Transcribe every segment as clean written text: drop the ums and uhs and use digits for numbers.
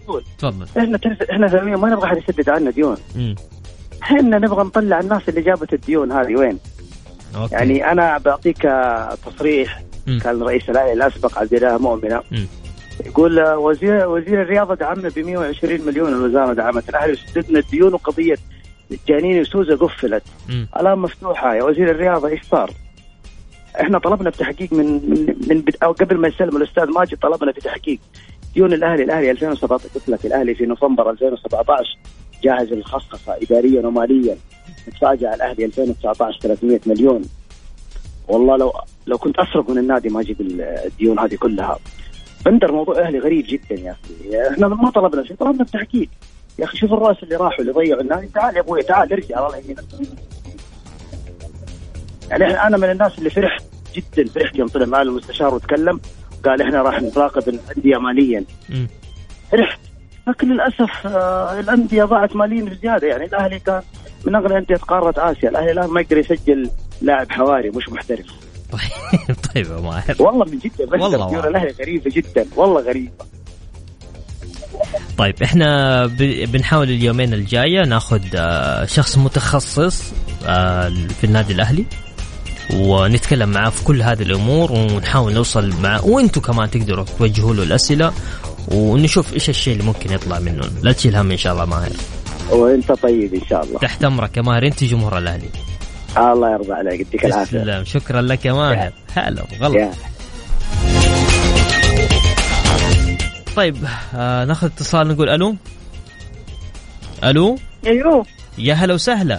طول. تفضل. احنا فاهمين ما نبغى حد يسدد عنا ديون. احنا نبغى نطلع الناس اللي جابت الديون هذه وين. أوكي. يعني انا بعطيك تصريح. كان رئيس الهيئة الاسبق عبد الله مؤمنة يقول وزير الرياضة دعمنا ب120 مليون، الوزارة دعمت الاهلي وسددنا الديون، وقضية جانيني وسوزا قفلت. الآن مفتوحة يا وزير الرياضة. ايش صار؟ احنا طلبنا بتحقيق من أو قبل ما يسلم الاستاذ ماجد طلبنا بتحقيق ديون الاهلي 2017. قلت لك الاهلي في نوفمبر 2017 جاهز الخصخصة اداريا وماليا. نتفاجأ الاهلي 2019 300 مليون. والله لو كنت اسرق من النادي ما اجيب الديون هذه كلها. بندر موضوع اهلي غريب جدا يا اخي. احنا ما طلبنا شيء، طلبنا بتحقيق. يا اخي شوف الراس اللي راحوا اللي ضيعوا النادي. تعال يا ابوي تعال ارجع الله يهينك. يعني انا من الناس اللي فرحت يوم طلع معنا المستشار وتكلم قال احنا راح نراقب الانديه ماليا. فرحت. لكن للاسف الانديه ضاعت ماليا بزياده. يعني الاهلي كان من اغلى انديه قاره اسيا. الاهلي الان ما يقدر يسجل لاعب حواري مش محترف. طيب يا ماهر والله من جد والله الاهلي غريبه جدا والله غريبه. طيب احنا بنحاول اليومين الجايه ناخذ شخص متخصص في النادي الاهلي ونتكلم معاه في كل هذه الامور ونحاول نوصل معه، وانتم كمان تقدروا توجهوا له الاسئله ونشوف ايش الشيء اللي ممكن يطلع منه. لا تشيل هم ان شاء الله ماهر. وانت طيب ان شاء الله. تحت امرك يا ماهر. انت جمهور الاهلي. الله يرضى عليك. يديك العافيه. شكرا لك يا ماهر. هلا غلط. طيب ناخذ اتصال نقول الو. ايوه يا هلا وسهلا.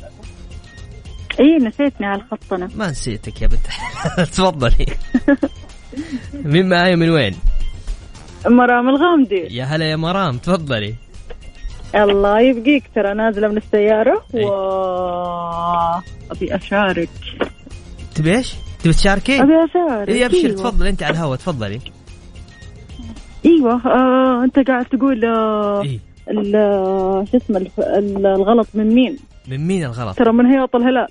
نسيتني على الخط. انا ما نسيتك يا بنت. تفضلي. مين معايا من وين؟ مرام الغامدي. يا هلا يا مرام تفضلي. الله يبقيك. ترى نازله من السياره ابي اشارك. تبي ايش؟ تبي تشاركي؟ ابي اشارك. ايه ابشر. تفضل انت على الهواء. تفضلي. ايوه انت قاعد تقول شو اسمه الغلط من مين الغلط؟ ترى من هياط الهلال.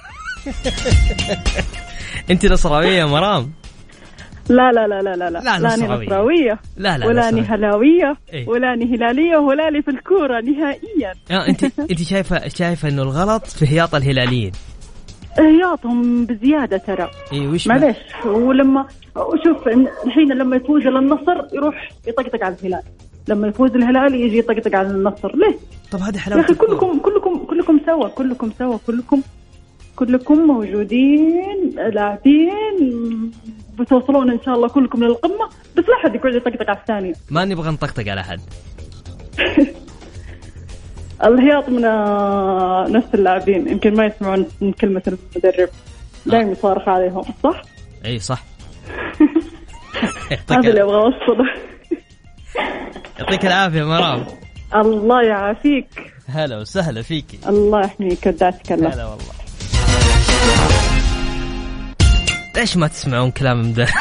انت نصراويه يا مرام؟ لا نصراويه ولا هلاويه ولا هلاليه ولا لي في الكوره نهائيا. انت شايفه انه الغلط في هياط الهلاليين. هياطهم بزياده ترى. معلش. ولما شوف الحين لما يفوز النصر يروح يطقطق على الهلال، لما يفوز الهلال يجي يطقطق على النصر. ليه؟ طب هذه حلاوه. يا اخي كلكم موجودين لاعبين بتوصلون ان شاء الله كلكم للقمه، بس لا حد يقعد يطقطق على الثانيه. ما نبغى نطقطق على حد. الهياط من نفس اللاعبين يمكن ما يسمعون كلمه المدرب دائما يصارخ عليهم. صح؟ اي صح. هذا اللي ابغى اوصله. يعطيك العافيه مرام. الله يعافيك. هلا وسهلا فيكي. الله يحميك. ودعتك الله. هلا والله. ليش ما تسمعون كلام ده؟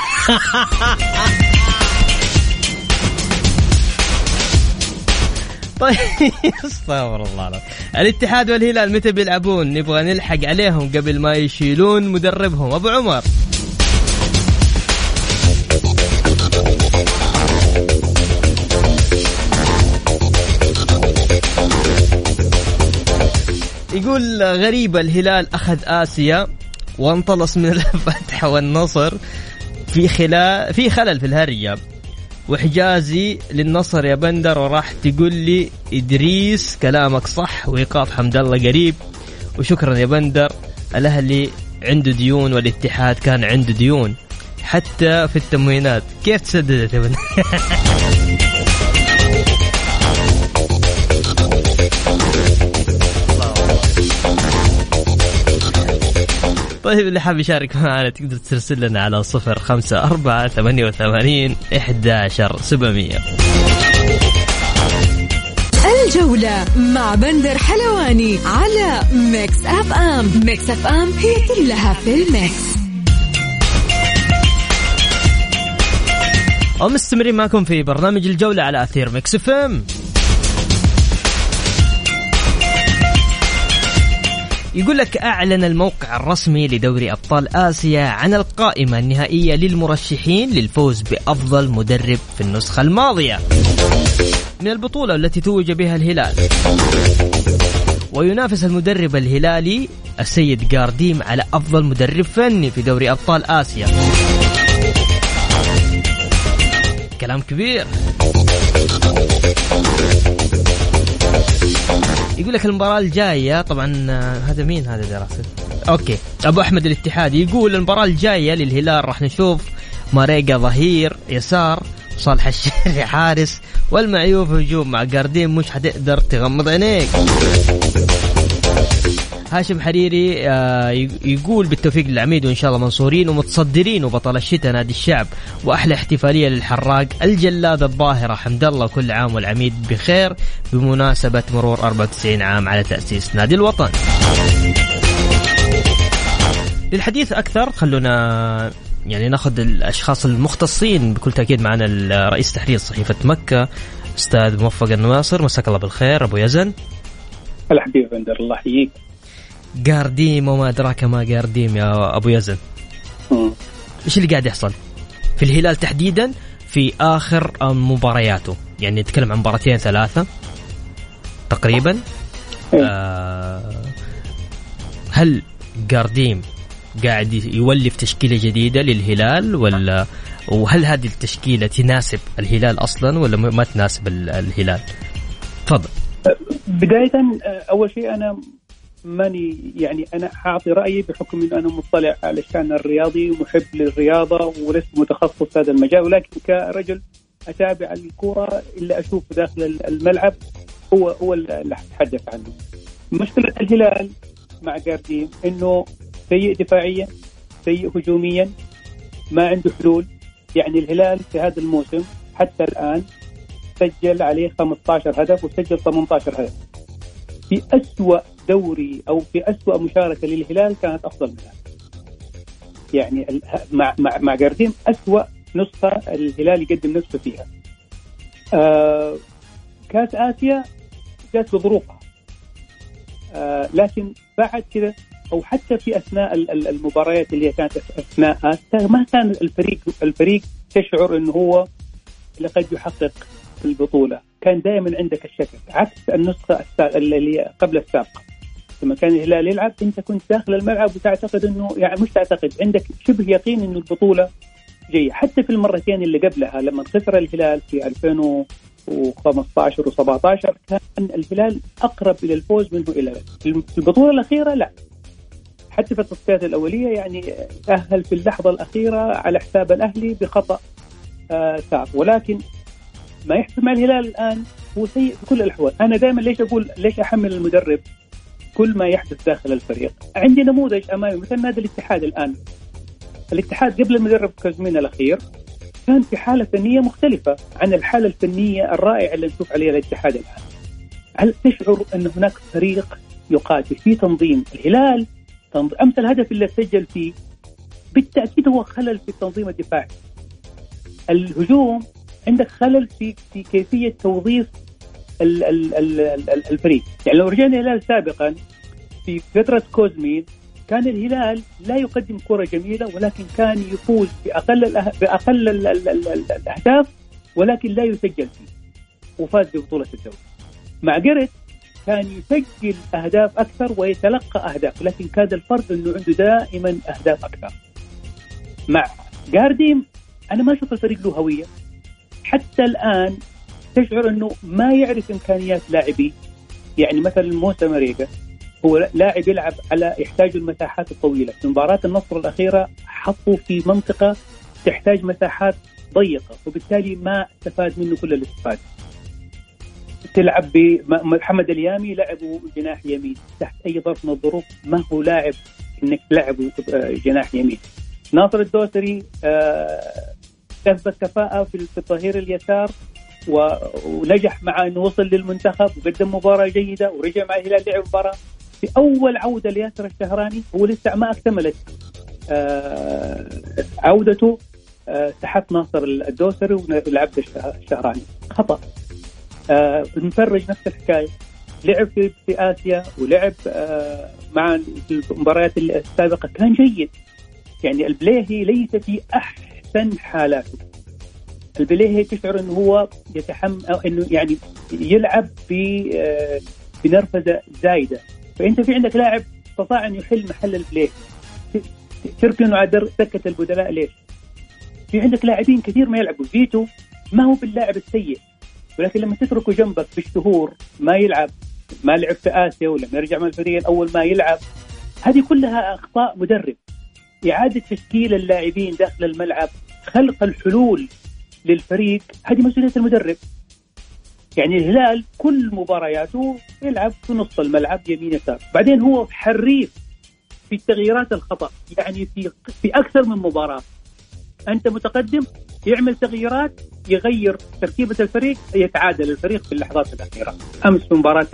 طيب استغفر الله. الاتحاد والهلال متى بيلعبون؟ نبغى نلحق عليهم قبل ما يشيلون مدربهم. ابو عمر. يقول غريبة الهلال أخذ آسيا وانطلس من الفتح والنصر في خلل في الهرية، وحجازي للنصر يا بندر، وراح تقول لي إدريس كلامك صح وإيقاف حمد الله قريب. وشكرا يا بندر. الأهلي عنده ديون والاتحاد كان عنده ديون حتى في التموينات. كيف تسددت يا بندر؟ طيب اللي حاب يشارك معنا تقدر ترسل لنا على 0548811700. الجولة مع بندر حلواني على ميكس اف ام. ميكس اف ام هي كلها في الميكس. ومستمرين معكم في برنامج الجولة على أثير ميكس اف ام. يقول لك أعلن الموقع الرسمي لدوري أبطال آسيا عن القائمة النهائية للمرشحين للفوز بأفضل مدرب في النسخة الماضية. من البطولة التي توج بها الهلال. وينافس المدرب الهلالي السيد جارديم على أفضل مدرب فني في دوري أبطال آسيا. كلام كبير. يقول لك المباراة الجاية طبعا هذا مين هذا دراسة أوكي أبو أحمد الاتحادي يقول المباراة الجاية للهلال راح نشوف ماريجا ظهير يسار، صالح الشيخ حارس، والمعيوف هجوم مع جارديم مش هتقدر تغمض عينيك. هاشم حريري يقول بالتوفيق للعميد وإن شاء الله منصورين ومتصدرين وبطل الشتاء نادي الشعب، وأحلى احتفالية للحراق الجلاد الظاهرة حمد الله، كل عام والعميد بخير بمناسبة مرور 94 عام على تأسيس نادي الوطن. للحديث أكثر خلونا يعني ناخذ الأشخاص المختصين بكل تأكيد. معنا رئيس تحرير صحيفة مكة أستاذ موفق النواصر، مساك الله بالخير أبو يزن. هلا حبيبي بندر، الله يحييك. جارديم وما أدراك ما جارديم يا أبو يزن. إيش اللي قاعد يحصل في الهلال تحديدا في آخر مبارياته؟ يعني نتكلم عن مباراتين ثلاثة تقريبا. هل جارديم قاعد يولف تشكيلة جديدة للهلال وهل هذه التشكيلة تناسب الهلال أصلا ولا ما تناسب الهلال؟ تفضل. بداية أول شيء أنا ماني يعني أنا أعطي رأيي بحكم أنه أنا مطلع على الشأن الرياضي ومحب للرياضة ولست متخصص في هذا المجال، ولكن كرجل أتابع الكرة اللي أشوف داخل الملعب هو اللي أتحدث عنه. مشكلة الهلال مع جارديم إنه سيء دفاعيا، سيء هجوميا، ما عنده حلول. يعني الهلال في هذا الموسم حتى الآن سجل عليه 15 هدف وسجل 18 هدف. في أسوأ دوري أو في أسوأ مشاركة للهلال كانت أفضل منها. يعني مع جارديم أسوأ نسخة الهلال يقدم نفسه فيها. كاس آسيا جات بظروفها، لكن بعد كده أو حتى في أثناء المباريات اللي كانت أثناء آسيا ما كان الفريق تشعر إنه هو لقد يحقق البطولة. كان دائما عندك الشك، عكس النسخة اللي قبل السابقة لما كان الهلال يلعب أنت كنت داخل الملعب وتعتقد إنه يعني مش تعتقد، عندك شبه يقين إنه البطولة جاية. حتى في المرتين اللي قبلها لما خسر الهلال في 2015 و17 كان الهلال أقرب إلى الفوز منه إلى البطولة الأخيرة. لا، حتى في التصفيات الأولية يعني تأهل في اللحظة الأخيرة على حساب الأهلي بخطأ صعب. ولكن ما يحصل مع الهلال الآن هو سيء في كل الأحوال. أنا دائما ليش أحمل المدرب كل ما يحدث داخل الفريق؟ عندي نموذج أمامي مثل نادي الاتحاد الآن. الاتحاد قبل المدرب كازمين الأخير كان في حالة فنية مختلفة عن الحالة الفنية الرائعة اللي نشوف عليها الاتحاد الآن. هل تشعر أن هناك فريق يقاتل في تنظيم؟ الهلال أمس الهدف اللي سجل فيه بالتأكيد هو خلل في التنظيم الدفاعي. الهجوم عندك خلل في كيفية توظيف الفريق. يعني لو رجعنا الهلال سابقا في فترة كوزمين كان الهلال لا يقدم كرة جميلة، ولكن كان يفوز بأقل الأهداف ولكن لا يسجل فيه، وفاز ببطولة الدوري. مع جريت كان يسجل أهداف أكثر ويتلقى أهداف، لكن كان الفرق أنه عنده دائما أهداف أكثر. مع جارديم أنا ما أشوف الفريق له هوية. حتى الآن تشعر أنه ما يعرف إمكانيات لاعبي. يعني مثلا موسى ماريجا هو لاعب يلعب على يحتاج المساحات الطويلة. في مباراة النصر الأخيرة حطوا في منطقة تحتاج مساحات ضيقة، وبالتالي ما استفاد منه كل الاستفادة. تلعب بمحمد اليامي لعبه جناح يمين تحت أي ظرف من الظروف، ما هو لاعب إنك تلعبه جناح يمين. ناصر الدوسري أثبت كفاءة في الظهير اليسار ونجح مع أنه وصل للمنتخب وقدم مباراة جيدة ورجع مع الهلال لعب مباراة. في أول عودة لياسر الشهراني هو لسه ما اكتملت عودته، سحب ناصر الدوسري ولعب الشهراني خطأ. المفرج نفس الحكاية، لعب في آسيا ولعب مع المباريات السابقة كان جيد. يعني البليهي ليس في أحسن حالاته، البليه تشعر انه هو يتحمل أو انه يعني يلعب بنرفزه زايده. فانت في عندك لاعب استطاع ان يحل محل البليه، تركنه على دكه البدلاء. ليش؟ في عندك لاعبين كثير ما يلعبوا. فيتو ما هو باللاعب السيء، ولكن لما تتركه جنبك بالشهور ما يلعب، ما لعب في آسيا ولما يرجع من الفريق الأول ما يلعب، هذه كلها أخطاء مدرب. إعادة تشكيل اللاعبين داخل الملعب، خلق الحلول للفريق، هذه مسؤولية المدرب. يعني الهلال كل مبارياته يلعب في نص الملعب يمين يسار، بعدين هو حريف في التغييرات الخطأ. يعني في أكثر من مباراة أنت متقدم يعمل تغييرات، يغير تركيبة الفريق، يتعادل الفريق في اللحظات الأخيرة. أمس في مباراة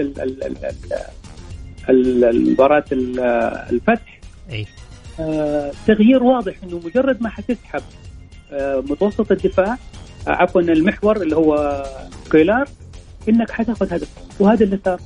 المباراة الفتح تغيير واضح إنه مجرد ما حتسحب متوسط الدفاع، عفوا المحور اللي هو كويلار، إنك حتاخذ هدف، وهذا اللي صار.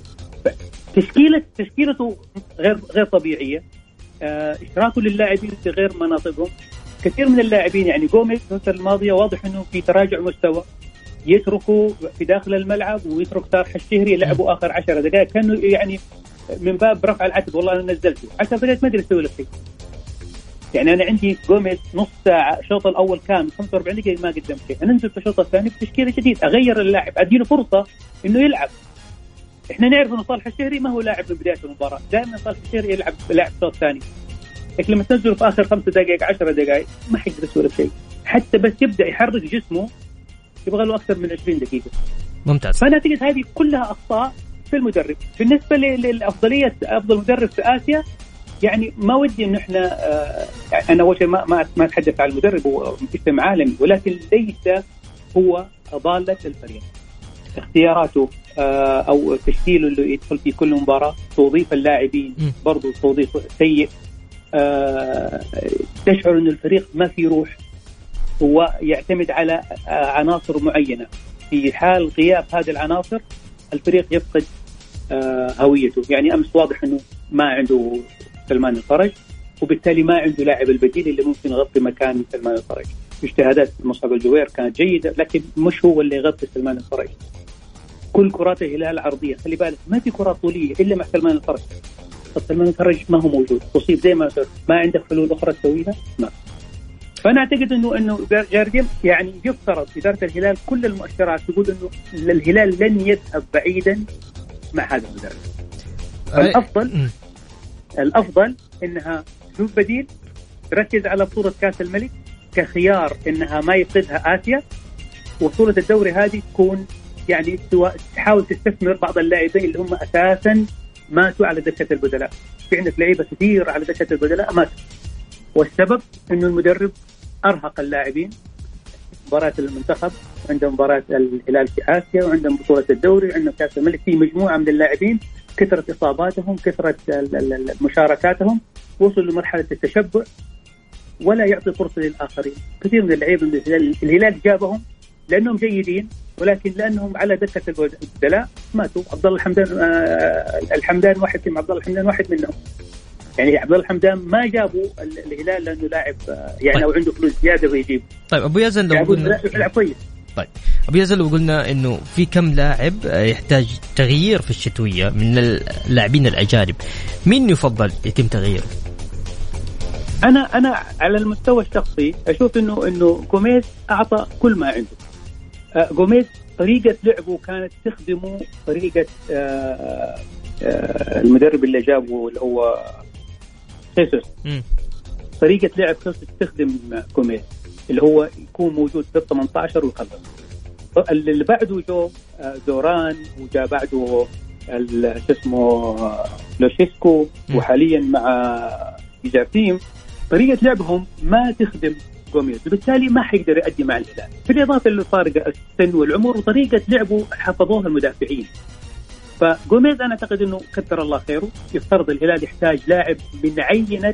تشكيلته غير طبيعية، إشراكه للاعبين في غير مناطقهم. كثير من اللاعبين يعني جوميز الفترة الماضية واضح إنه في تراجع مستوى، يتركوا في داخل الملعب ويترك طارح الشهري يلعبوا آخر 10 دقائق، كانوا يعني من باب رفع العتب. والله أنا نزلته 10 دقائق ما أدري أسوي لك شيء. يعني أنا عندي جوميز نص ساعة، الشوط الأول كامل 45 دقيقة ما قدم شيء، أنا أنزل في الشوط الثاني بتشكيلة جديد، أغير اللاعب، أديله فرصة إنه يلعب. إحنا نعرف إنه صالح الشهري ما هو لاعب من بداية المباراة، دائما صالح الشهري يلعب لاعب شوط ثاني، لكن لما تنزل في آخر 5 دقائق 10 دقائق ما حيقدر يسوي شيء، حتى بس يبدأ يحرك جسمه يبغى له أكثر من 20 دقيقة. ممتاز. فأنا أعتقد هذه كلها أخطاء في المدرب. بالنسبة للأفضلية أفضل مدرب في آسيا، يعني ما ودي إن إحنا أنا أول شيء ما أتحدث عن المدرب، هو اسم عالمي، ولكن ليس هو ضالة الفريق. اختياراته أو تشكيله اللي يدخل في كل مباراة، توظيف اللاعبين برضو توظيف سيء. تشعر إن الفريق ما في روح، هو يعتمد على عناصر معينة. في حال غياب هذه العناصر الفريق يفقد هويته. يعني أمس واضح إنه ما عنده سلمان الفرج، وبالتالي ما عنده لاعب البديل اللي ممكن يغطي مكان سلمان الفرج. اجتهادات مصعب الجوير كانت جيدة، لكن مش هو اللي يغطي سلمان الفرج. كل كرات الهلال عرضية، خلي بالك ما في كرات طولية إلا مع سلمان الفرج. سلمان الفرج ما هو موجود، تصيب زي ما صار، ما عندك حلول أخرى تسويها. ما. فأنا أعتقد إنه جارديم يعني يفترض إدارة الهلال كل المؤشرات تقول إنه الهلال لن يذهب بعيدا مع هذا المدرب. الأفضل إنها تشوف بديل، تركز على بطولة كأس الملك كخيار إنها ما يفقدها آسيا، وبطولة الدوري هذه تكون يعني تحاول تستثمر بعض اللاعبين اللي هم أساسا ماتوا على دكة البدلاء. في عندك لعيبة كثير على دكة البدلاء ماتوا، والسبب إنه المدرب أرهق اللاعبين. مباراة المنتخب، عندهم مباراة الهلال في آسيا، وعندهم بطولة الدوري، وعندهم كأس الملك، في مجموعة من اللاعبين كثرة إصاباتهم، كثرة مشاركاتهم، وصلوا لمرحلة التشبع ولا يعطي فرصة للآخرين. كثير من اللعيبة من الهلال جابهم لأنهم جيدين، ولكن لأنهم على دكة البدلاء ماتوا. عبد الله الحمدان واحد من عبد الله الحمدان واحد منهم. يعني عبد الله الحمدان ما جابوا الهلال لأنه لاعب يعني طيب. أو عنده فلوس زيادة ويجيب. طيب أبو يزن لو قلنا طيب أبو يزن لو قلنا إنه في كم لاعب يحتاج تغيير في الشتوية من اللاعبين الأجانب، مين يفضل يتم تغييره؟ أنا على المستوى الشخصي أشوف إنه جوميز أعطى كل ما عنده. جوميز طريقة لعبه كانت تخدمه طريقة المدرب اللي جابه اللي هو خيسوس. طريقة لعب خيسوس تخدم جوميز، اللي هو يكون موجود في 18 ويخلص. اللي بعده جو زوران، وجاء بعده اسمه لوشيسكو، وحاليا مع جارتيم. طريقة لعبهم ما تخدم جوميز، وبالتالي ما حيقدر يؤدي مع الهلال. بالإضافة لفارق السن والعمر، وطريقة لعبه حفظوها المدافعين. فجوميز أنا أعتقد إنه كثر الله خيره. يفترض الهلال يحتاج لاعب من عينة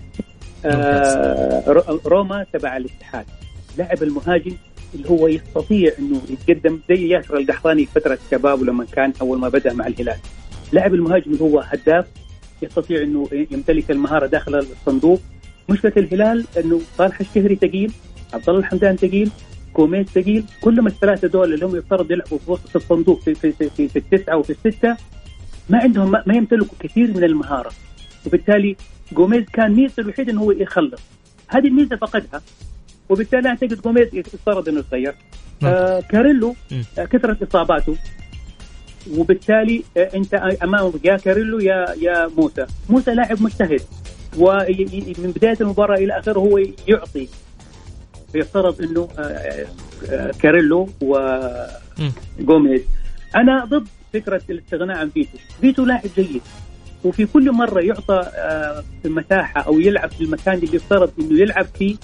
روما تبع الاتحاد، لاعب المهاجم اللي هو يستطيع إنه يتقدم زي ياسر القحطاني فترة شبابه لما كان أول ما بدأ مع الهلال. لاعب المهاجم اللي هو هداف، يستطيع إنه يمتلك المهارة داخل الصندوق. مشكلة الهلال إنه صالح الشهري ثقيل، عبد الله الحمدان ثقيل، جوميز ثقيل. كلهم الثلاثة دول اللي هم يفترض يلعبوا في وسط الصندوق في التسعة وفي الستة ما عندهم ما يمتلكوا كثير من المهارة، وبالتالي جوميز كان ميزته الوحيد إنه هو يخلص. هذه الميزة فقدها، وبالتالي أعتقد جوميز يفترض إنه يتغير. كاريلو كثرة إصاباته، وبالتالي أنت أمامك يا كاريلو يا موسى لاعب مجتهد، ومن بداية المباراة إلى آخره هو يعطي. يفترض إنه كاريلو وغوميز. أنا ضد فكرة الاستغناء عن فيتو لاعب جيد، وفي كل مرة يعطى في المساحة أو يلعب في المكان اللي يفترض إنه يلعب فيه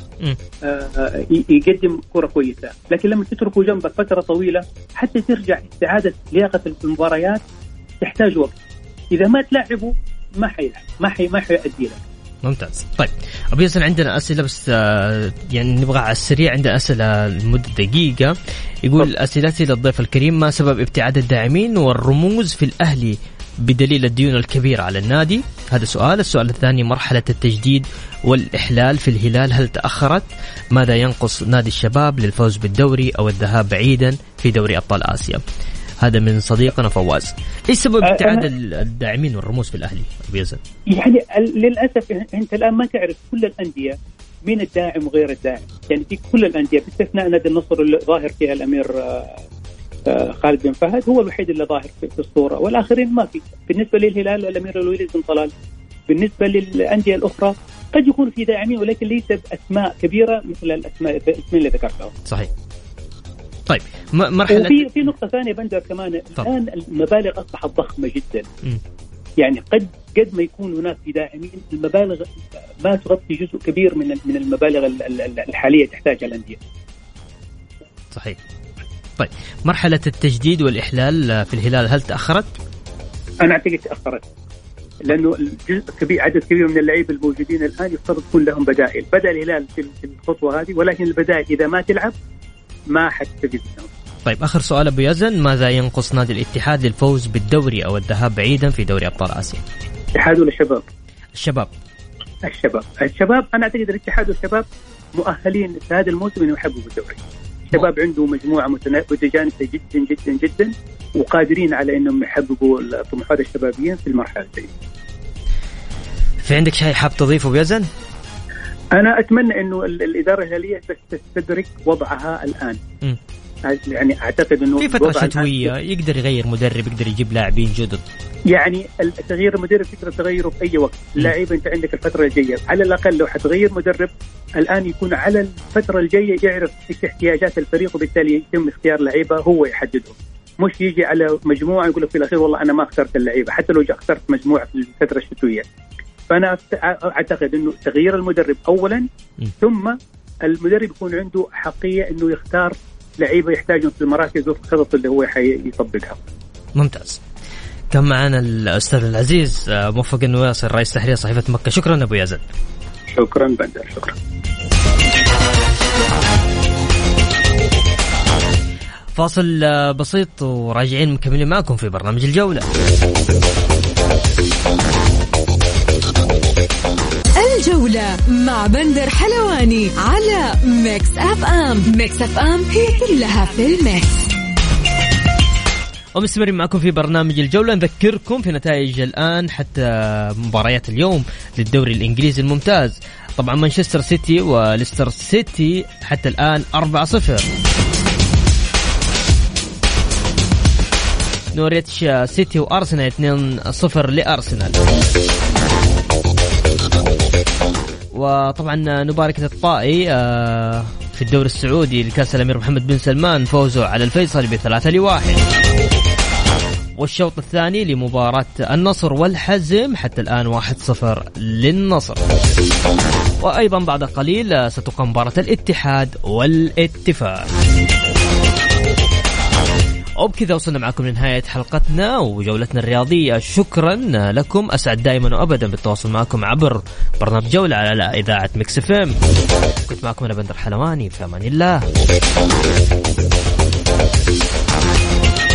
يقدم كرة كويسة. لكن لما تتركه جنبك فترة طويلة حتى ترجع استعادة لياقة المباريات تحتاج وقت. إذا ما تلعبه ما حيلعب، ما حيؤدي لك. ممتاز. طيب أبو ياسر عندنا أسئلة بس يعني نبغى على السريع. عندنا أسئلة لمدة دقيقة. يقول أسئلتي للضيف الكريم: ما سبب ابتعاد الداعمين والرموز في الأهلي بدليل الديون الكبيرة على النادي؟ هذا سؤال. السؤال الثاني: مرحلة التجديد والإحلال في الهلال هل تأخرت؟ ماذا ينقص نادي الشباب للفوز بالدوري أو الذهاب بعيدا في دوري أبطال آسيا؟ هذا من صديقنا فواز. ايش سبب ابتعاد الداعمين والرموز في الاهلي ابو يزن؟ يعني للاسف انت الان ما تعرف كل الانديه مين الداعم وغير الداعم. يعني في كل الانديه باستثناء نادي النصر اللي ظاهر فيها الامير خالد بن فهد، هو الوحيد اللي ظاهر في الصوره، والاخرين ما في. بالنسبه للهلال الامير الوليد بن طلال. بالنسبه للانديه الاخرى قد يكون في داعمين ولكن ليس باسماء كبيره مثل الاسماء اللي ذكرتها. صحيح. طيب مرحلة في نقطة ثانية بندر كمان. الآن المبالغ أصبحت ضخمة جدا. يعني قد ما يكون هناك في داعمين المبالغ ما تغطي جزء كبير من المبالغ الحالية تحتاجها الأندية. صحيح. طيب مرحلة التجديد والإحلال في الهلال هل تأخرت؟ أنا أعتقد تأخرت، لأنه عدد كبير من اللعيبة الموجودين الآن يفترض يكون لهم بدائل. بدأ الهلال في الخطوة هذه، ولكن البدائل إذا ما تلعب ما حتستفيد منهم. طيب آخر سؤال أبو يزن: ماذا ينقص نادي الاتحاد للفوز بالدوري أو الذهاب بعيدا في دوري أبطال آسيا؟ الاتحاد ولا الشباب؟ الشباب. أنا أعتقد الاتحاد والشباب مؤهلين في هذا الموسم إنه يحققوا الدوري. الشباب عنده مجموعة متجانسة جدا جدا جدا، وقادرين على إنهم يحققوا الطموحات الشبابيين في المرحلة دي. في عندك شيء حاب تضيفه أبو يزن؟ أنا أتمنى إنه الإدارة الهلالية تستدرك وضعها الآن. يعني أعتقد إنه في فترة شتوية يقدر يغير مدرب، يقدر يجيب لاعبين جدد. يعني تغيير المدرب فكرة تغيره في أي وقت. اللاعب أنت عندك الفترة الجاية، على الأقل لو حتغير مدرب الآن يكون على الفترة الجاية يعرف إيش احتياجات الفريق، وبالتالي يتم اختيار لعيبة هو يحددهم، مش يجي على مجموعة يقول لك في الأخير والله أنا ما اخترت اللعيبة حتى لو اخترت مجموعة في الفترة الشتوية. فأنا أعتقد إنه تغيير المدرب أولا، ثم المدرب يكون عنده حقية إنه يختار لعيبة يحتاجون في المراكز وفي الخطط اللي هو يطبقها. ممتاز. كان معنا الأستاذ العزيز موفق النواصر رئيس تحرير صحيفة مكة. شكرا أبو يزن. شكرا بندر. شكرا. فاصل بسيط وراجعين مكملين معكم في برنامج الجولة. الجولة مع بندر حلواني على ميكس أف أم. ميكس أف أم هي كلها في الميكس. ومستمرين معكم في برنامج الجولة. نذكركم في نتائج الآن حتى مباريات اليوم للدوري الإنجليزي الممتاز. طبعا مانشستر سيتي وليستر سيتي حتى الآن 4-0. نوريتش سيتي وأرسنال 2-0 لأرسنال. وطبعا نبارك الطائي في الدوري السعودي لكأس الأمير محمد بن سلمان فوزه على الفيصل ب3-1. والشوط الثاني لمباراة النصر والحزم حتى الآن 1-0 للنصر. وأيضا بعد قليل ستقام مباراة الاتحاد والاتفاق. وبكذا وصلنا معكم لنهاية حلقتنا وجولتنا الرياضية. شكرا لكم. أسعد دائما وأبدا بالتواصل معكم عبر برنامج جولة على إذاعة ميكس اف ام. كنت معكم أنا بندر حلواني، في أمان الله.